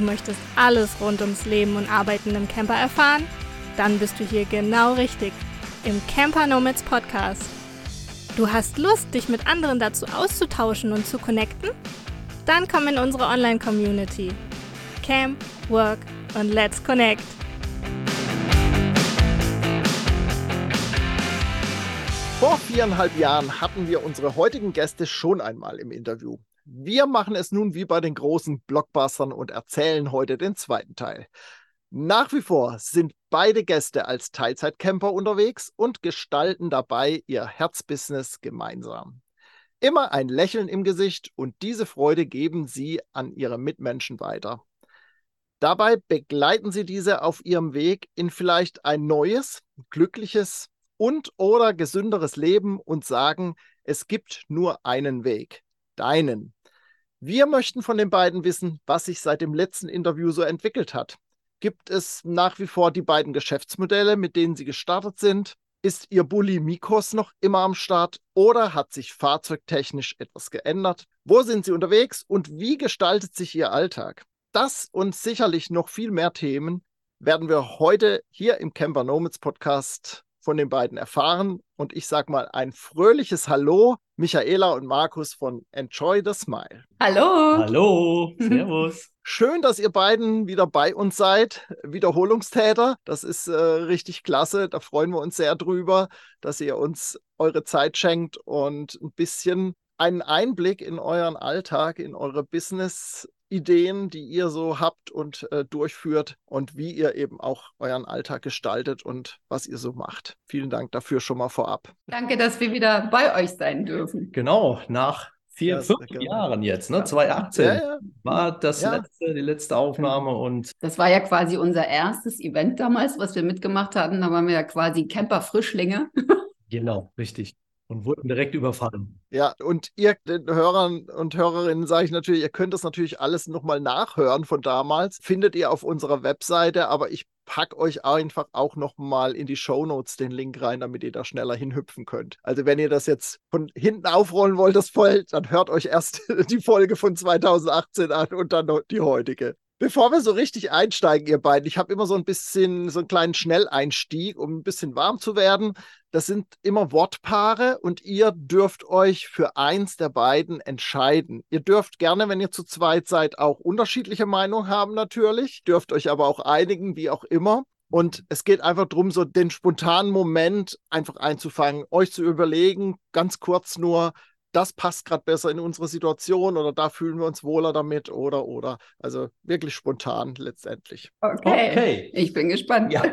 möchtest alles rund ums Leben und Arbeiten im Camper erfahren? Dann bist du hier genau richtig, im Camper Nomads Podcast. Du hast Lust, dich mit anderen dazu auszutauschen und zu connecten? Dann komm in unsere Online-Community. Camp, Work und Let's Connect. Vor 4,5 Jahren hatten wir unsere heutigen Gäste schon einmal im Interview. Wir machen es nun wie bei den großen Blockbustern und erzählen heute den zweiten Teil. Nach wie vor sind beide Gäste als Teilzeitcamper unterwegs und gestalten dabei ihr Herzbusiness gemeinsam. Immer ein Lächeln im Gesicht und diese Freude geben sie an ihre Mitmenschen weiter. Dabei begleiten sie diese auf ihrem Weg in vielleicht ein neues, glückliches und/oder gesünderes Leben und sagen, es gibt nur einen Weg, deinen. Wir möchten von den beiden wissen, was sich seit dem letzten Interview so entwickelt hat. Gibt es nach wie vor die beiden Geschäftsmodelle, mit denen sie gestartet sind? Ist ihr Bulli Mikos noch immer am Start oder hat sich fahrzeugtechnisch etwas geändert? Wo sind sie unterwegs und wie gestaltet sich ihr Alltag? Das und sicherlich noch viel mehr Themen werden wir heute hier im Camper Nomads Podcast von den beiden erfahren. Und ich sage mal ein fröhliches Hallo, Michaela und Markus von Enjoy the Smile. Hallo. Hallo, servus. Schön, dass ihr beiden wieder bei uns seid. Wiederholungstäter, das ist richtig klasse. Da freuen wir uns sehr drüber, dass ihr uns eure Zeit schenkt und ein bisschen einen Einblick in euren Alltag, in eure Business-Ideen, die ihr so habt und durchführt und wie ihr eben auch euren Alltag gestaltet und was ihr so macht. Vielen Dank dafür schon mal vorab. Danke, dass wir wieder bei euch sein dürfen. Genau, nach 5 Jahren jetzt, ne? 2018 war die letzte Aufnahme und das war ja quasi unser erstes Event damals, was wir mitgemacht hatten. Da waren wir ja quasi Camper-Frischlinge. genau, richtig. Und wurden direkt überfallen. Ja, und ihr, den Hörern und Hörerinnen, sage ich natürlich, ihr könnt das natürlich alles nochmal nachhören von damals. Findet ihr auf unserer Webseite, aber ich packe euch einfach auch nochmal in die Shownotes den Link rein, damit ihr da schneller hinhüpfen könnt. Also wenn ihr das jetzt von hinten aufrollen wollt, das Feld, dann hört euch erst die Folge von 2018 an und dann die heutige. Bevor wir so richtig einsteigen, ihr beiden, ich habe immer so ein bisschen so einen kleinen Schnelleinstieg, um ein bisschen warm zu werden. Das sind immer Wortpaare und ihr dürft euch für eins der beiden entscheiden. Ihr dürft gerne, wenn ihr zu zweit seid, auch unterschiedliche Meinungen haben natürlich, dürft euch aber auch einigen, wie auch immer. Und es geht einfach darum, so den spontanen Moment einfach einzufangen, euch zu überlegen, ganz kurz nur, das passt gerade besser in unsere Situation oder da fühlen wir uns wohler damit oder. Also wirklich spontan letztendlich. Okay. Ich bin gespannt. Ja.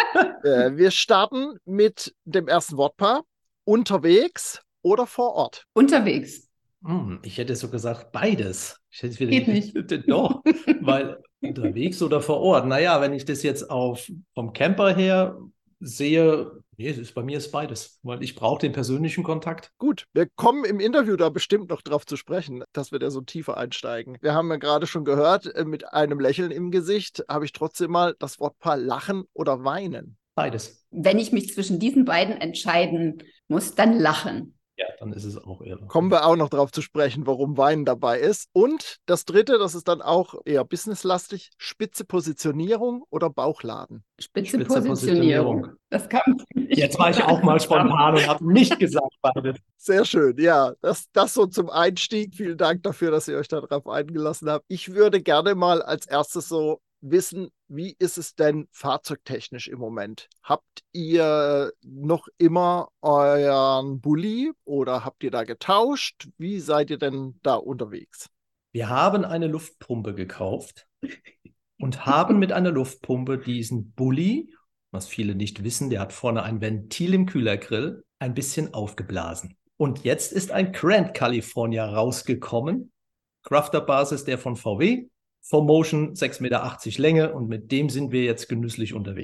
Wir starten mit dem ersten Wortpaar. Unterwegs oder vor Ort? Unterwegs. Ich hätte so gesagt, beides. Geht nicht. Doch, weil unterwegs oder vor Ort. Naja, wenn ich das jetzt vom Camper her sehe, bei mir ist beides, weil ich brauche den persönlichen Kontakt. Gut, wir kommen im Interview da bestimmt noch drauf zu sprechen, dass wir da so tiefer einsteigen. Wir haben ja gerade schon gehört, mit einem Lächeln im Gesicht habe ich trotzdem mal das Wortpaar lachen oder weinen. Beides. Wenn ich mich zwischen diesen beiden entscheiden muss, dann lachen. Ja, dann ist es auch eher. Kommen wir auch noch drauf zu sprechen, warum Weinen dabei ist. Und das dritte, das ist dann auch eher businesslastig, spitze Positionierung oder Bauchladen? Spitze Positionierung. Das kam nicht. Jetzt war ich auch mal spontan und habe nicht gesagt beides. Sehr schön, ja. Das so zum Einstieg. Vielen Dank dafür, dass ihr euch darauf eingelassen habt. Ich würde gerne mal als erstes so wissen, wie ist es denn fahrzeugtechnisch im Moment? Habt ihr noch immer euren Bulli oder habt ihr da getauscht? Wie seid ihr denn da unterwegs? Wir haben eine Luftpumpe gekauft und haben mit einer Luftpumpe diesen Bulli, was viele nicht wissen, der hat vorne ein Ventil im Kühlergrill, ein bisschen aufgeblasen. Und jetzt ist ein Grand California rausgekommen, Crafter-Basis, der von VW, 4Motion, 6,80 Meter Länge und mit dem sind wir jetzt genüsslich unterwegs.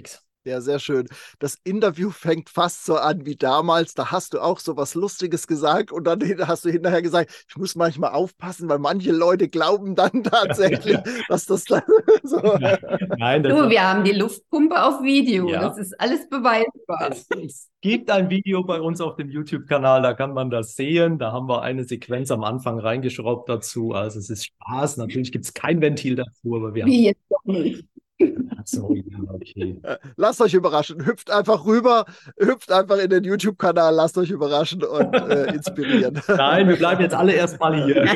Ja, sehr schön. Das Interview fängt fast so an wie damals. Da hast du auch so was Lustiges gesagt und dann hast du hinterher gesagt, ich muss manchmal aufpassen, weil manche Leute glauben dann tatsächlich, dass das dann so. Nein, das Du, wir haben die Luftpumpe auf Video. Ja. Das ist alles beweisbar. Es gibt ein Video bei uns auf dem YouTube-Kanal, da kann man das sehen. Da haben wir eine Sequenz am Anfang reingeschraubt dazu. Also es ist Spaß. Natürlich gibt es kein Ventil dazu, aber wir haben. Wie jetzt doch nicht. Ach so, ja, okay. Lasst euch überraschen. Hüpft einfach rüber, hüpft einfach in den YouTube-Kanal, lasst euch überraschen und inspirieren. Nein, wir bleiben jetzt alle erstmal hier.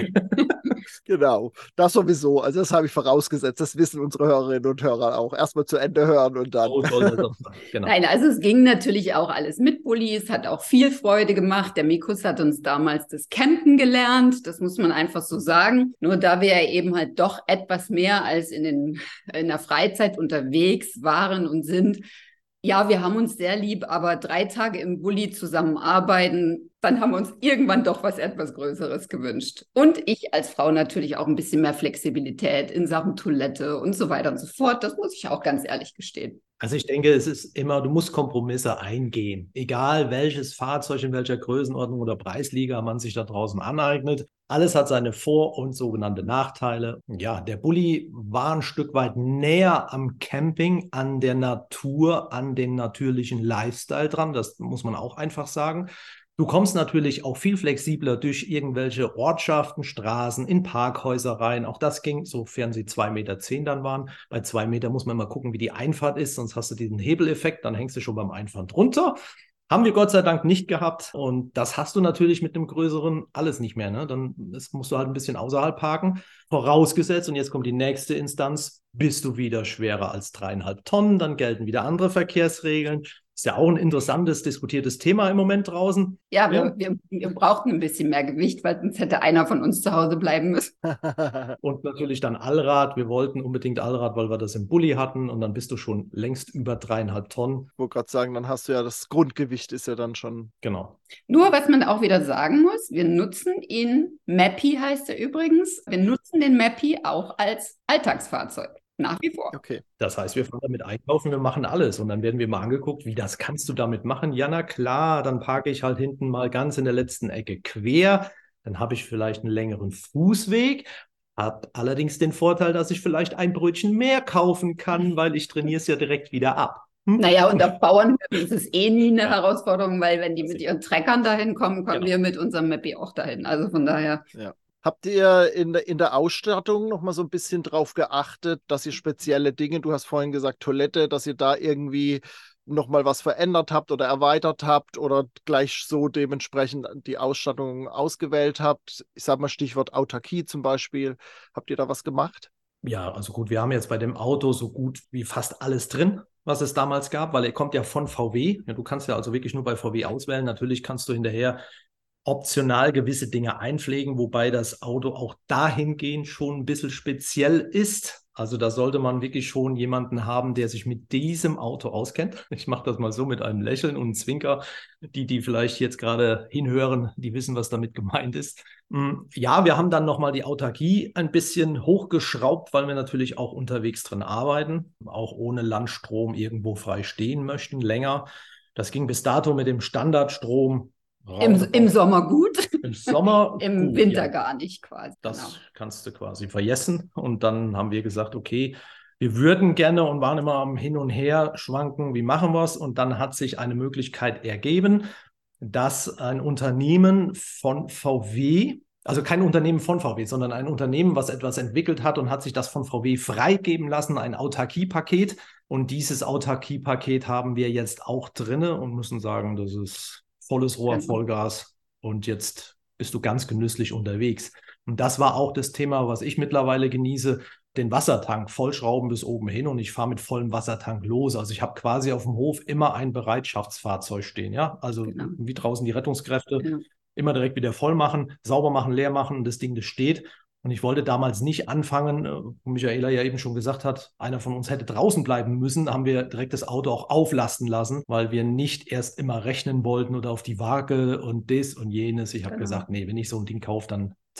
Genau, das sowieso. Also das habe ich vorausgesetzt. Das wissen unsere Hörerinnen und Hörer auch. Erstmal zu Ende hören und dann. So soll das auch sein. Genau. Nein, also es ging natürlich auch alles mit Bulli. Es hat auch viel Freude gemacht. Der Mikus hat uns damals das Campen gelernt. Das muss man einfach so sagen. Nur da wir ja eben halt doch etwas mehr als in der Freizeit unterwegs waren und sind, ja, wir haben uns sehr lieb, aber 3 Tage im Bulli zusammenarbeiten, dann haben wir uns irgendwann doch was etwas Größeres gewünscht. Und ich als Frau natürlich auch ein bisschen mehr Flexibilität in Sachen Toilette und so weiter und so fort. Das muss ich auch ganz ehrlich gestehen. Also ich denke, es ist immer, du musst Kompromisse eingehen. Egal welches Fahrzeug in welcher Größenordnung oder Preisliga man sich da draußen aneignet. Alles hat seine Vor- und sogenannte Nachteile. Ja, der Bulli war ein Stück weit näher am Camping, an der Natur, an den natürlichen Lifestyle dran. Das muss man auch einfach sagen. Du kommst natürlich auch viel flexibler durch irgendwelche Ortschaften, Straßen, in Parkhäuser rein. Auch das ging, sofern sie 2,10 Meter dann waren. Bei 2 Meter muss man immer gucken, wie die Einfahrt ist, sonst hast du diesen Hebeleffekt, dann hängst du schon beim Einfahren drunter. Haben wir Gott sei Dank nicht gehabt. Und das hast du natürlich mit einem größeren alles nicht mehr. Ne? Dann musst du halt ein bisschen außerhalb parken. Vorausgesetzt, und jetzt kommt die nächste Instanz, bist du wieder schwerer als 3,5 Tonnen, dann gelten wieder andere Verkehrsregeln. Ist ja auch ein interessantes, diskutiertes Thema im Moment draußen. Ja, wir brauchten ein bisschen mehr Gewicht, weil sonst hätte einer von uns zu Hause bleiben müssen. Und natürlich dann Allrad. Wir wollten unbedingt Allrad, weil wir das im Bulli hatten. Und dann bist du schon längst über 3,5 Tonnen. Ich wollte gerade sagen, dann hast du ja das Grundgewicht ist ja dann schon. Genau. Nur, was man auch wieder sagen muss, wir nutzen ihn, Mappy heißt er übrigens, wir nutzen den Mappy auch als Alltagsfahrzeug. Nach wie vor. Okay. Das heißt, wir fahren damit einkaufen, wir machen alles. Und dann werden wir mal angeguckt, wie das kannst du damit machen? Ja, na klar, dann parke ich halt hinten mal ganz in der letzten Ecke quer. Dann habe ich vielleicht einen längeren Fußweg. Hat allerdings den Vorteil, dass ich vielleicht ein Brötchen mehr kaufen kann, weil ich trainiere es ja direkt wieder ab. Naja, und auf Bauernhöfen ist es eh nie eine Herausforderung, weil wenn die mit ihren Treckern dahin kommen, kommen wir mit unserem Mappy auch dahin. Also von daher. Ja. Habt ihr in der Ausstattung noch mal so ein bisschen drauf geachtet, dass ihr spezielle Dinge, du hast vorhin gesagt Toilette, dass ihr da irgendwie noch mal was verändert habt oder erweitert habt oder gleich so dementsprechend die Ausstattung ausgewählt habt? Ich sage mal Stichwort Autarkie zum Beispiel. Habt ihr da was gemacht? Ja, also gut, wir haben jetzt bei dem Auto so gut wie fast alles drin, was es damals gab, weil er kommt ja von VW. Ja, du kannst ja also wirklich nur bei VW auswählen. Natürlich kannst du hinterher optional gewisse Dinge einpflegen, wobei das Auto auch dahingehend schon ein bisschen speziell ist. Also da sollte man wirklich schon jemanden haben, der sich mit diesem Auto auskennt. Ich mache das mal so mit einem Lächeln und einem Zwinker. Die vielleicht jetzt gerade hinhören, die wissen, was damit gemeint ist. Ja, wir haben dann nochmal die Autarkie ein bisschen hochgeschraubt, weil wir natürlich auch unterwegs drin arbeiten, auch ohne Landstrom irgendwo frei stehen möchten, länger. Das ging bis dato mit dem Standardstrom. Im Sommer gut. Im Sommer Im gut, Winter ja. gar nicht quasi. Das kannst du quasi vergessen. Und dann haben wir gesagt, okay, wir würden gerne und waren immer am Hin und Her schwanken, wie machen wir es? Und dann hat sich eine Möglichkeit ergeben, dass ein Unternehmen von VW, also kein Unternehmen von VW, sondern ein Unternehmen, was etwas entwickelt hat und hat sich das von VW freigeben lassen, ein Autarkie-Paket. Und dieses Autarkie-Paket haben wir jetzt auch drinne und müssen sagen, das ist volles Rohr, Vollgas und jetzt bist du ganz genüsslich unterwegs. Und das war auch das Thema, was ich mittlerweile genieße, den Wassertank vollschrauben bis oben hin und ich fahre mit vollem Wassertank los. Also ich habe quasi auf dem Hof immer ein Bereitschaftsfahrzeug stehen, ja, also wie draußen die Rettungskräfte, immer direkt wieder voll machen, sauber machen, leer machen, das Ding, das steht. Und ich wollte damals nicht anfangen, wo Michaela ja eben schon gesagt hat, einer von uns hätte draußen bleiben müssen, haben wir direkt das Auto auch auflasten lassen, weil wir nicht erst immer rechnen wollten oder auf die Waage und das und jenes. Ich habe gesagt, nee, wenn ich so ein Ding kaufe, dann zack,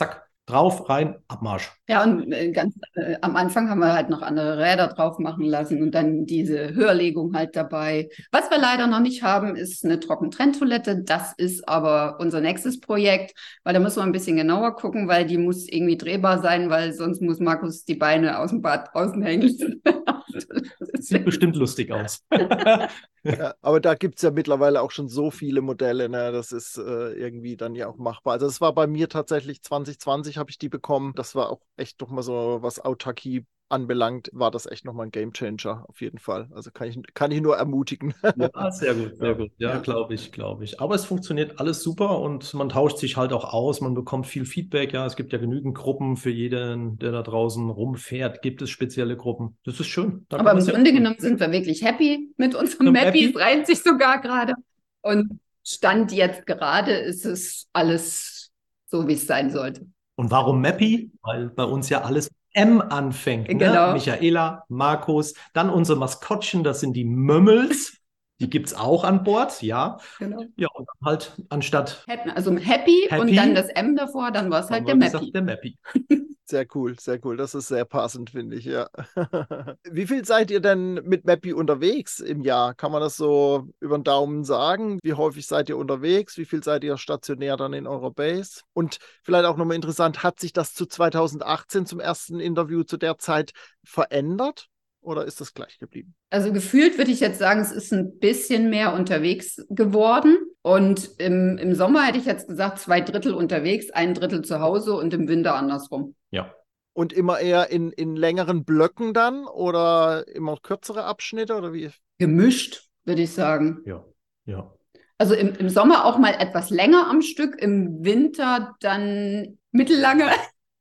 Drauf, rein, Abmarsch. Ja, und am Anfang haben wir halt noch andere Räder drauf machen lassen und dann diese Hörlegung halt dabei. Was wir leider noch nicht haben, ist eine Trockentrenntoilette. Das ist aber unser nächstes Projekt, weil da müssen wir ein bisschen genauer gucken, weil die muss irgendwie drehbar sein, weil sonst muss Markus die Beine aus dem Bad draußen hängen. Sieht bestimmt lustig aus. Ja, aber da gibt es ja mittlerweile auch schon so viele Modelle, ne? Das ist irgendwie dann ja auch machbar. Also das war bei mir tatsächlich 2020 habe ich die bekommen. Das war auch echt nochmal so, was Autarkie anbelangt, war das echt nochmal ein Gamechanger auf jeden Fall. Also kann ich nur ermutigen. Ja, sehr gut, sehr gut. Ja, glaube ich. Aber es funktioniert alles super und man tauscht sich halt auch aus, man bekommt viel Feedback. Ja, es gibt ja genügend Gruppen für jeden, der da draußen rumfährt, gibt es spezielle Gruppen. Das ist schön. Aber im Grunde genommen sind wir wirklich happy mit unserem Mappy. Es reimt sich sogar gerade. Und Stand jetzt gerade ist es alles so, wie es sein sollte. Und warum Mappy? Weil bei uns ja alles M anfängt. Genau. Ne? Michaela, Markus, dann unsere Maskottchen, das sind die Mömmels. Die gibt es auch an Bord, ja. Genau. Ja, und dann halt anstatt Also Happy und dann das M davor, dann war es halt der Mappy. Der Mappy. Sehr cool, sehr cool. Das ist sehr passend, finde ich, ja. Wie viel seid ihr denn mit Mappy unterwegs im Jahr? Kann man das so über den Daumen sagen? Wie häufig seid ihr unterwegs? Wie viel seid ihr stationär dann in eurer Base? Und vielleicht auch nochmal interessant, hat sich das zu 2018 zum ersten Interview zu der Zeit verändert? Oder ist das gleich geblieben? Also gefühlt würde ich jetzt sagen, es ist ein bisschen mehr unterwegs geworden. Und im Sommer hätte ich jetzt gesagt, 2/3 unterwegs, 1/3 zu Hause und im Winter andersrum. Ja. Und immer eher in längeren Blöcken dann oder immer kürzere Abschnitte oder wie? Gemischt, würde ich sagen. Ja. Also im Sommer auch mal etwas länger am Stück, im Winter dann mittellange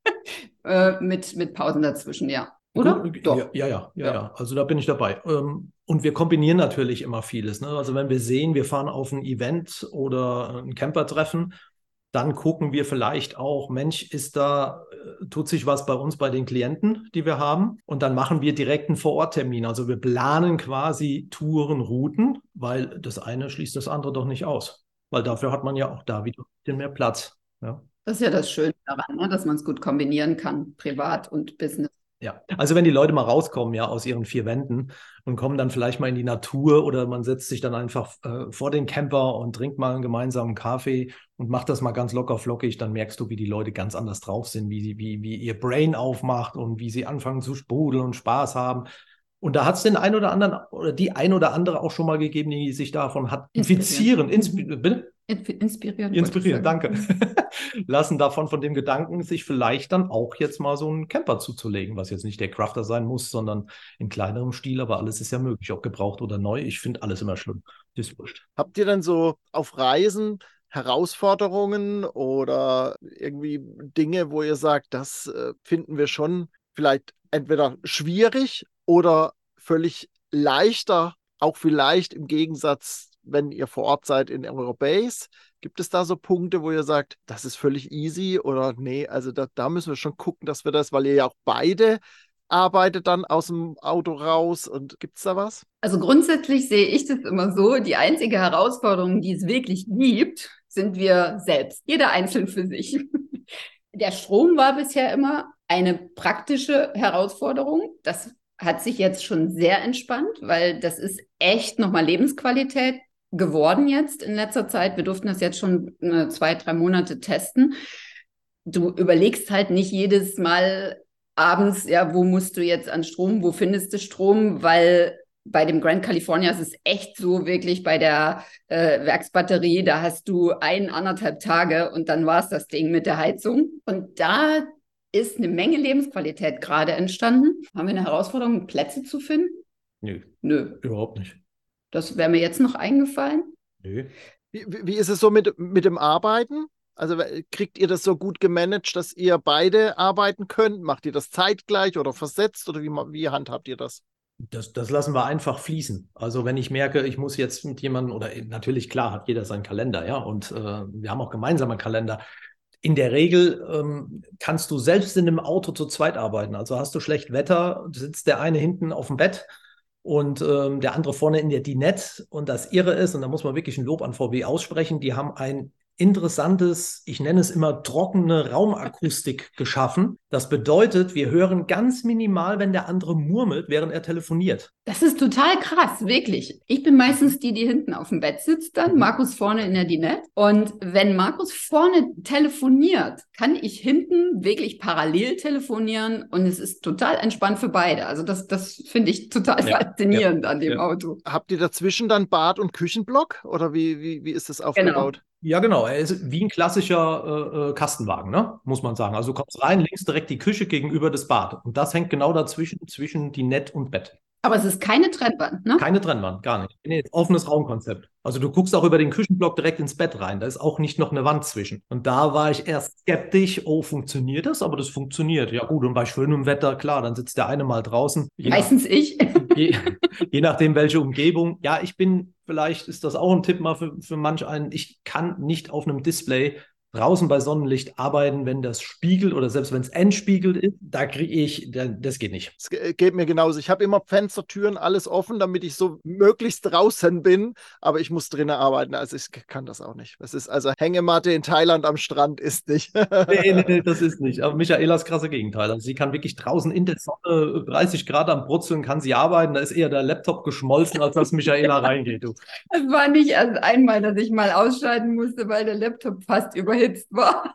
mit Pausen dazwischen, ja. Oder? Doch. Ja. Also da bin ich dabei. Und wir kombinieren natürlich immer vieles. Ne? Also wenn wir sehen, wir fahren auf ein Event oder ein Camper-Treffen, dann gucken wir vielleicht auch, Mensch, tut sich was bei uns bei den Klienten, die wir haben? Und dann machen wir direkt einen Vor-Ort-Termin. Also wir planen quasi Touren, Routen, weil das eine schließt das andere doch nicht aus. Weil dafür hat man ja auch da wieder ein bisschen mehr Platz. Ja. Das ist ja das Schöne daran, ne? Dass man es gut kombinieren kann, privat und Business. Ja, also wenn die Leute mal rauskommen, ja, aus ihren 4 Wänden und kommen dann vielleicht mal in die Natur oder man setzt sich dann einfach vor den Camper und trinkt mal einen gemeinsamen Kaffee und macht das mal ganz locker flockig, dann merkst du, wie die Leute ganz anders drauf sind, wie ihr Brain aufmacht und wie sie anfangen zu sprudeln und Spaß haben. Und da hat es den einen oder anderen oder die ein oder andere auch schon mal gegeben, die sich davon hat inspirieren danke, lassen davon von dem Gedanken, sich vielleicht dann auch jetzt mal so einen Camper zuzulegen, was jetzt nicht der Crafter sein muss, sondern in kleinerem Stil, aber alles ist ja möglich, ob gebraucht oder neu. Ich finde alles immer schlimm. Das ist wurscht. Habt ihr denn so auf Reisen Herausforderungen oder irgendwie Dinge, wo ihr sagt, das finden wir schon vielleicht entweder schwierig oder völlig leichter, auch vielleicht im Gegensatz, wenn ihr vor Ort seid in eurer Base? Gibt es da so Punkte, wo ihr sagt, das ist völlig easy oder nee, also da müssen wir schon gucken, dass wir das, weil ihr ja auch beide arbeitet dann aus dem Auto raus und gibt es da was? Also grundsätzlich sehe ich das immer so, die einzige Herausforderung, die es wirklich gibt, sind wir selbst, jeder einzeln für sich. Der Strom war bisher immer eine praktische Herausforderung. Das hat sich jetzt schon sehr entspannt, weil das ist echt nochmal Lebensqualität geworden jetzt in letzter Zeit. Wir durften das jetzt schon 2-3 Monate testen. Du überlegst halt nicht jedes Mal abends, ja, wo musst du jetzt an Strom, wo findest du Strom, weil bei dem Grand California ist es echt so, wirklich bei der Werksbatterie, da hast du 1,5 Tage und dann war es das Ding mit der Heizung. Und da ist eine Menge Lebensqualität gerade entstanden. Haben wir eine Herausforderung, Plätze zu finden? Nö. Überhaupt nicht. Das wäre mir jetzt noch eingefallen. Nö. Wie ist es so mit dem Arbeiten? Also kriegt ihr das so gut gemanagt, dass ihr beide arbeiten könnt? Macht ihr das zeitgleich oder versetzt oder wie handhabt ihr das? Das lassen wir einfach fließen. Also wenn ich merke, ich muss jetzt mit jemandem, oder natürlich, klar, hat jeder seinen Kalender, ja, und wir haben auch gemeinsame Kalender. In der Regel kannst du selbst in einem Auto zu zweit arbeiten. Also hast du schlecht Wetter, sitzt der eine hinten auf dem Bett und der andere vorne in der Dinette. Und das Irre ist, und da muss man wirklich ein Lob an VW aussprechen, die haben ein interessantes, ich nenne es immer trockene Raumakustik geschaffen. Das bedeutet, wir hören ganz minimal, wenn der andere murmelt, während er telefoniert. Das ist total krass, wirklich. Ich bin meistens die hinten auf dem Bett sitzt dann, Markus vorne in der Dinette. Und wenn Markus vorne telefoniert, kann ich hinten wirklich parallel telefonieren und es ist total entspannt für beide. Also das finde ich total faszinierend an dem Auto. Habt ihr dazwischen dann Bad- und Küchenblock oder wie ist das aufgebaut? Genau. Ja, genau. Er ist wie ein klassischer Kastenwagen, ne? Muss man sagen. Also du kommst rein, links direkt die Küche gegenüber das Bad. Und das hängt genau dazwischen, zwischen Dinette und Bett. Aber es ist keine Trennwand, ne? Keine Trennwand, gar nicht. Nee, offenes Raumkonzept. Also du guckst auch über den Küchenblock direkt ins Bett rein. Da ist auch nicht noch eine Wand zwischen. Und da war ich erst skeptisch, funktioniert das? Aber das funktioniert. Ja gut, und bei schönem Wetter, klar, dann sitzt der eine mal draußen. Meistens ich. Je nachdem, welche Umgebung. Ja, vielleicht ist das auch ein Tipp mal für manch einen, ich kann nicht auf einem Display draußen bei Sonnenlicht arbeiten, wenn das spiegelt oder selbst wenn es entspiegelt ist, das geht nicht. Es geht mir genauso. Ich habe immer Fenster, Türen, alles offen, damit ich so möglichst draußen bin, aber ich muss drinnen arbeiten, also ich kann das auch nicht. Das ist also Hängematte in Thailand am Strand ist nicht. Nee, das ist nicht. Aber Michaelas krasse Gegenteil. Also sie kann wirklich draußen in der Sonne 30 Grad am Brutzeln, kann sie arbeiten. Da ist eher der Laptop geschmolzen, als dass Michaela reingeht. Du. Es war nicht erst einmal, dass ich mal ausschalten musste, weil der Laptop fast überhitzt war.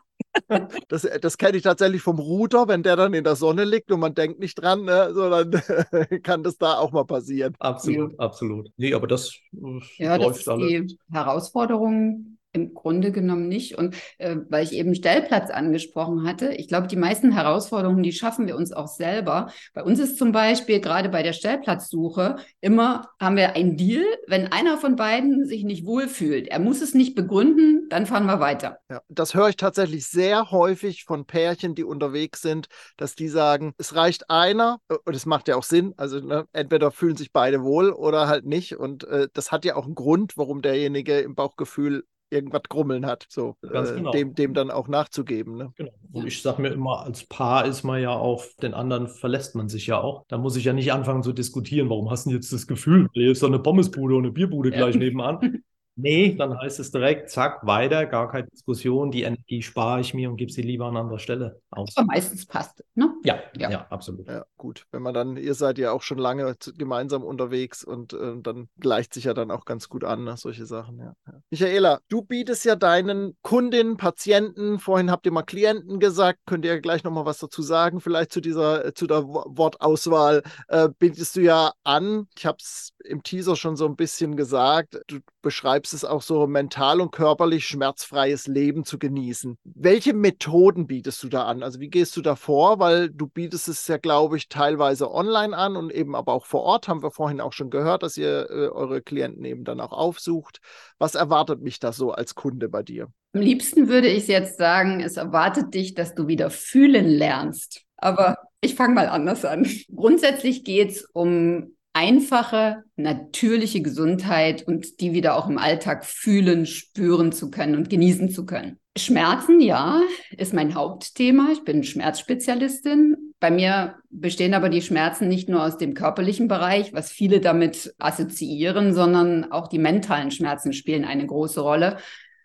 Das kenne ich tatsächlich vom Router, wenn der dann in der Sonne liegt und man denkt nicht dran, ne, so, dann kann das da auch mal passieren. Absolut. Nee, aber das Ja, das läuft ist alles. die Herausforderung im Grunde genommen nicht. Und weil ich eben Stellplatz angesprochen hatte, ich glaube, die meisten Herausforderungen, die schaffen wir uns auch selber. Bei uns ist zum Beispiel gerade bei der Stellplatzsuche immer, haben wir einen Deal, wenn einer von beiden sich nicht wohlfühlt. Er muss es nicht begründen, dann fahren wir weiter. Ja, das höre ich tatsächlich sehr häufig von Pärchen, die unterwegs sind, dass die sagen, es reicht einer, und es macht ja auch Sinn, also ne, entweder fühlen sich beide wohl oder halt nicht. Und das hat ja auch einen Grund, warum derjenige im Bauchgefühl irgendwas grummeln hat, so Ganz genau. dem dann auch nachzugeben. Ne? Genau. Und ich sage mir immer, als Paar ist man ja auf den anderen, verlässt man sich ja auch. Da muss ich ja nicht anfangen zu diskutieren, warum hast du denn jetzt das Gefühl, hier ist doch eine Pommesbude und eine Bierbude gleich nebenan. Nee, dann heißt es direkt, zack, weiter, gar keine Diskussion, die Energie spare ich mir und gebe sie lieber an anderer Stelle aus. Aber meistens passt es, ne? Ja, absolut. Ja, gut. Wenn man dann, ihr seid ja auch schon lange gemeinsam unterwegs und dann gleicht sich ja dann auch ganz gut an, ne? Solche Sachen, ja. Michaela, du bietest ja deinen Kundinnen, Patienten, vorhin habt ihr mal Klienten gesagt, könnt ihr ja gleich nochmal was dazu sagen, vielleicht zu der Wortauswahl, bietest du ja an, ich habe es im Teaser schon so ein bisschen gesagt, du beschreibst es auch so, mental und körperlich schmerzfreies Leben zu genießen. Welche Methoden bietest du da an? Also wie gehst du da vor? Weil du bietest es ja, glaube ich, teilweise online an und eben aber auch vor Ort, haben wir vorhin auch schon gehört, dass ihr eure Klienten eben dann auch aufsucht. Was erwartet mich da so als Kunde bei dir? Am liebsten würde ich jetzt sagen, es erwartet dich, dass du wieder fühlen lernst. Aber ich fange mal anders an. Grundsätzlich geht es um einfache, natürliche Gesundheit und die wieder auch im Alltag fühlen, spüren zu können und genießen zu können. Schmerzen, ja, ist mein Hauptthema. Ich bin Schmerzspezialistin. Bei mir bestehen aber die Schmerzen nicht nur aus dem körperlichen Bereich, was viele damit assoziieren, sondern auch die mentalen Schmerzen spielen eine große Rolle,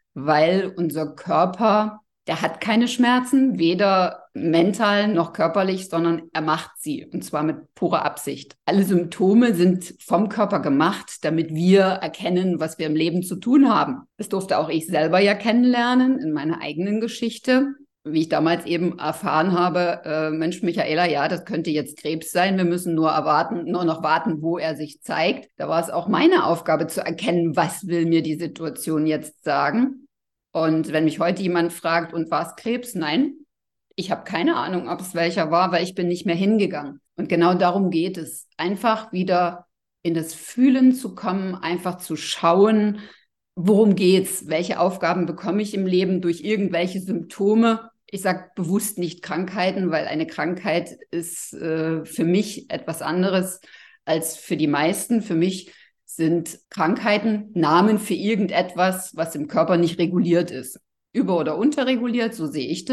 weil unser Körper, der hat keine Schmerzen, weder mental noch körperlich, sondern er macht sie, und zwar mit purer Absicht. Alle Symptome sind vom Körper gemacht, damit wir erkennen, was wir im Leben zu tun haben. Das durfte auch ich selber ja kennenlernen in meiner eigenen Geschichte, wie ich damals eben erfahren habe, Mensch, Michaela, ja, das könnte jetzt Krebs sein, wir müssen nur noch warten, wo er sich zeigt. Da war es auch meine Aufgabe zu erkennen, was will mir die Situation jetzt sagen. Und wenn mich heute jemand fragt, und war es Krebs? Nein, ich habe keine Ahnung, ob es welcher war, weil ich bin nicht mehr hingegangen. Und genau darum geht es, einfach wieder in das Fühlen zu kommen, einfach zu schauen, worum geht's, welche Aufgaben bekomme ich im Leben durch irgendwelche Symptome. Ich sage bewusst nicht Krankheiten, weil eine Krankheit ist für mich etwas anderes als für die meisten. Für mich sind Krankheiten Namen für irgendetwas, was im Körper nicht reguliert ist. Über- oder unterreguliert, so sehe ich das.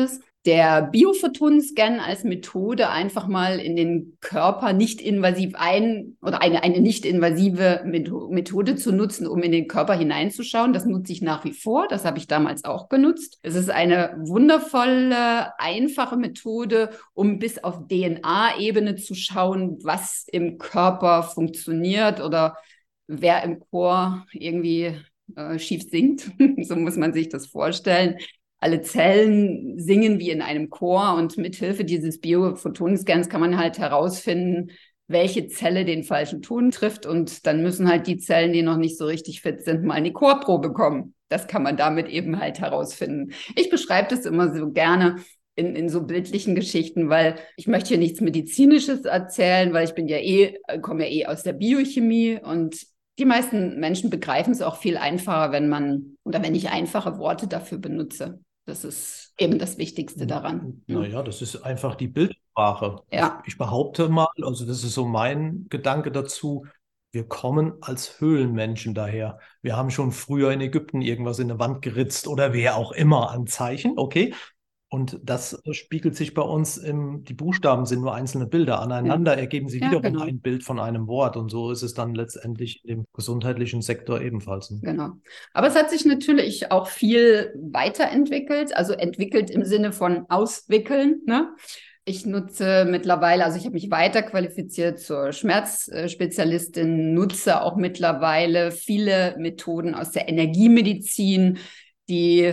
der Biophotonscan als Methode einfach mal in den Körper nicht invasiv eine nicht invasive Methode zu nutzen, um in den Körper hineinzuschauen. Das nutze ich nach wie vor. Das habe ich damals auch genutzt. Es ist eine wundervolle, einfache Methode, um bis auf DNA-Ebene zu schauen, was im Körper funktioniert oder wer im Chor irgendwie schief singt. So muss man sich das vorstellen. Alle Zellen singen wie in einem Chor und mithilfe dieses Biophotonenscans kann man halt herausfinden, welche Zelle den falschen Ton trifft, und dann müssen halt die Zellen, die noch nicht so richtig fit sind, mal in die Chorprobe kommen. Das kann man damit eben halt herausfinden. Ich beschreibe das immer so gerne in so bildlichen Geschichten, weil ich möchte hier nichts Medizinisches erzählen, weil ich komme ja eh aus der Biochemie, und die meisten Menschen begreifen es auch viel einfacher, wenn ich einfache Worte dafür benutze. Das ist eben das Wichtigste daran. Naja, das ist einfach die Bildsprache. Ja. Ich behaupte mal, also das ist so mein Gedanke dazu, wir kommen als Höhlenmenschen daher. Wir haben schon früher in Ägypten irgendwas in eine Wand geritzt oder wer auch immer an Zeichen, okay? Und das spiegelt sich bei uns die Buchstaben sind nur einzelne Bilder. Aneinander ergeben sie wiederum genau. ein Bild von einem Wort. Und so ist es dann letztendlich im gesundheitlichen Sektor ebenfalls. Genau. Aber es hat sich natürlich auch viel weiterentwickelt, also entwickelt im Sinne von auswickeln, ne? Ich nutze mittlerweile, also ich habe mich weiterqualifiziert zur Schmerzspezialistin, nutze auch mittlerweile viele Methoden aus der Energiemedizin, die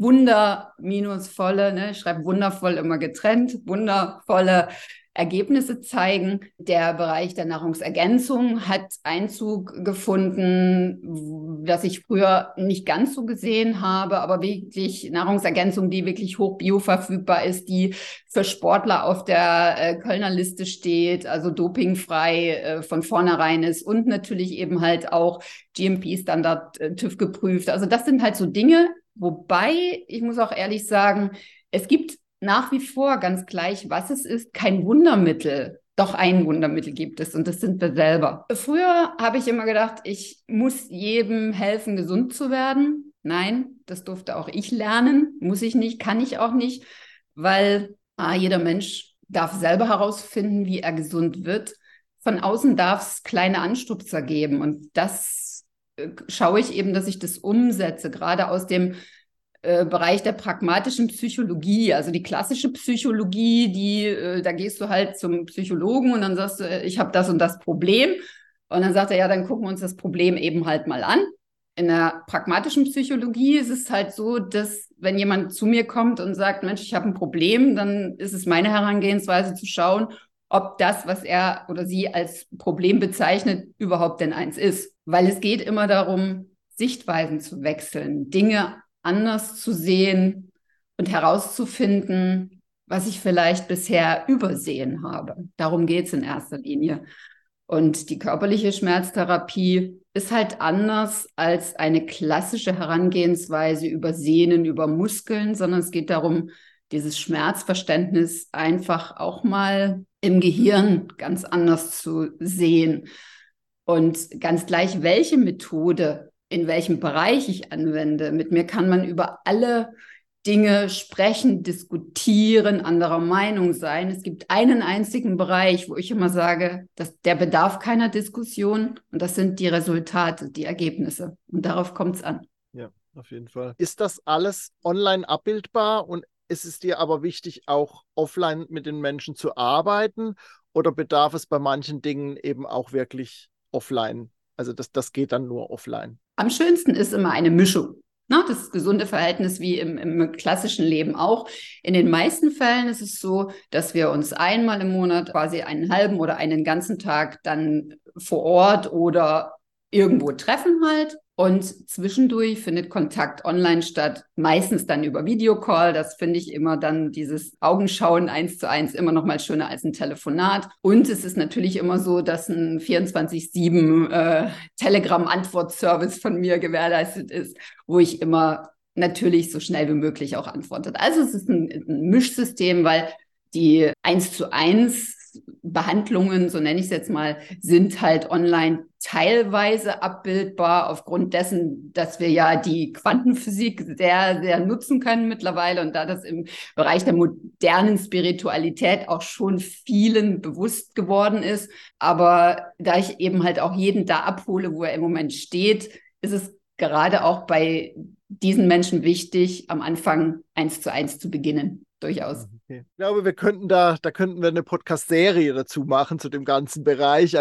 wunderminusvolle, ich schreibe wundervoll immer getrennt, wundervolle Ergebnisse zeigen. Der Bereich der Nahrungsergänzung hat Einzug gefunden, das ich früher nicht ganz so gesehen habe, aber wirklich Nahrungsergänzung, die wirklich hoch bioverfügbar ist, die für Sportler auf der Kölner Liste steht, also dopingfrei von vornherein ist und natürlich eben halt auch GMP-Standard TÜV geprüft. Also das sind halt so Dinge, wobei, ich muss auch ehrlich sagen, es gibt nach wie vor, ganz gleich, was es ist, kein Wundermittel. Doch ein Wundermittel gibt es, und das sind wir selber. Früher habe ich immer gedacht, ich muss jedem helfen, gesund zu werden. Nein, das durfte auch ich lernen. Muss ich nicht, kann ich auch nicht, weil jeder Mensch darf selber herausfinden, wie er gesund wird. Von außen darf es kleine Anstupser geben, und das schaue ich eben, dass ich das umsetze, gerade aus dem Bereich der pragmatischen Psychologie, also die klassische Psychologie, da gehst du halt zum Psychologen und dann sagst du, ich habe das und das Problem. Und dann sagt er, ja, dann gucken wir uns das Problem eben halt mal an. In der pragmatischen Psychologie ist es halt so, dass wenn jemand zu mir kommt und sagt, Mensch, ich habe ein Problem, dann ist es meine Herangehensweise zu schauen, ob das, was er oder sie als Problem bezeichnet, überhaupt denn eins ist. Weil es geht immer darum, Sichtweisen zu wechseln, Dinge anders zu sehen und herauszufinden, was ich vielleicht bisher übersehen habe. Darum geht es in erster Linie. Und die körperliche Schmerztherapie ist halt anders als eine klassische Herangehensweise über Sehnen, über Muskeln, sondern es geht darum, dieses Schmerzverständnis einfach auch mal im Gehirn ganz anders zu sehen. Und ganz gleich, welche Methode in welchem Bereich ich anwende. Mit mir kann man über alle Dinge sprechen, diskutieren, anderer Meinung sein. Es gibt einen einzigen Bereich, wo ich immer sage, der bedarf keiner Diskussion, und das sind die Resultate, die Ergebnisse. Und darauf kommt es an. Ja, auf jeden Fall. Ist das alles online abbildbar, und ist es dir aber wichtig, auch offline mit den Menschen zu arbeiten, oder bedarf es bei manchen Dingen eben auch wirklich offline? Also das geht dann nur offline. Am schönsten ist immer eine Mischung. Das gesunde Verhältnis wie im klassischen Leben auch. In den meisten Fällen ist es so, dass wir uns einmal im Monat quasi einen halben oder einen ganzen Tag dann vor Ort oder irgendwo treffen halt. Und zwischendurch findet Kontakt online statt, meistens dann über Videocall. Das finde ich immer dann dieses Augenschauen 1:1 immer noch mal schöner als ein Telefonat. Und es ist natürlich immer so, dass ein 24/7 Telegram-Antwortservice von mir gewährleistet ist, wo ich immer natürlich so schnell wie möglich auch antwortet. Also es ist ein Mischsystem, weil die 1:1 Behandlungen, so nenne ich es jetzt mal, sind halt online teilweise abbildbar aufgrund dessen, dass wir ja die Quantenphysik sehr, sehr nutzen können mittlerweile und da das im Bereich der modernen Spiritualität auch schon vielen bewusst geworden ist. Aber da ich eben halt auch jeden da abhole, wo er im Moment steht, ist es gerade auch bei diesen Menschen wichtig, am Anfang 1:1 zu beginnen. Durchaus. Okay. Ich glaube, da könnten wir eine Podcast-Serie dazu machen, zu dem ganzen Bereich.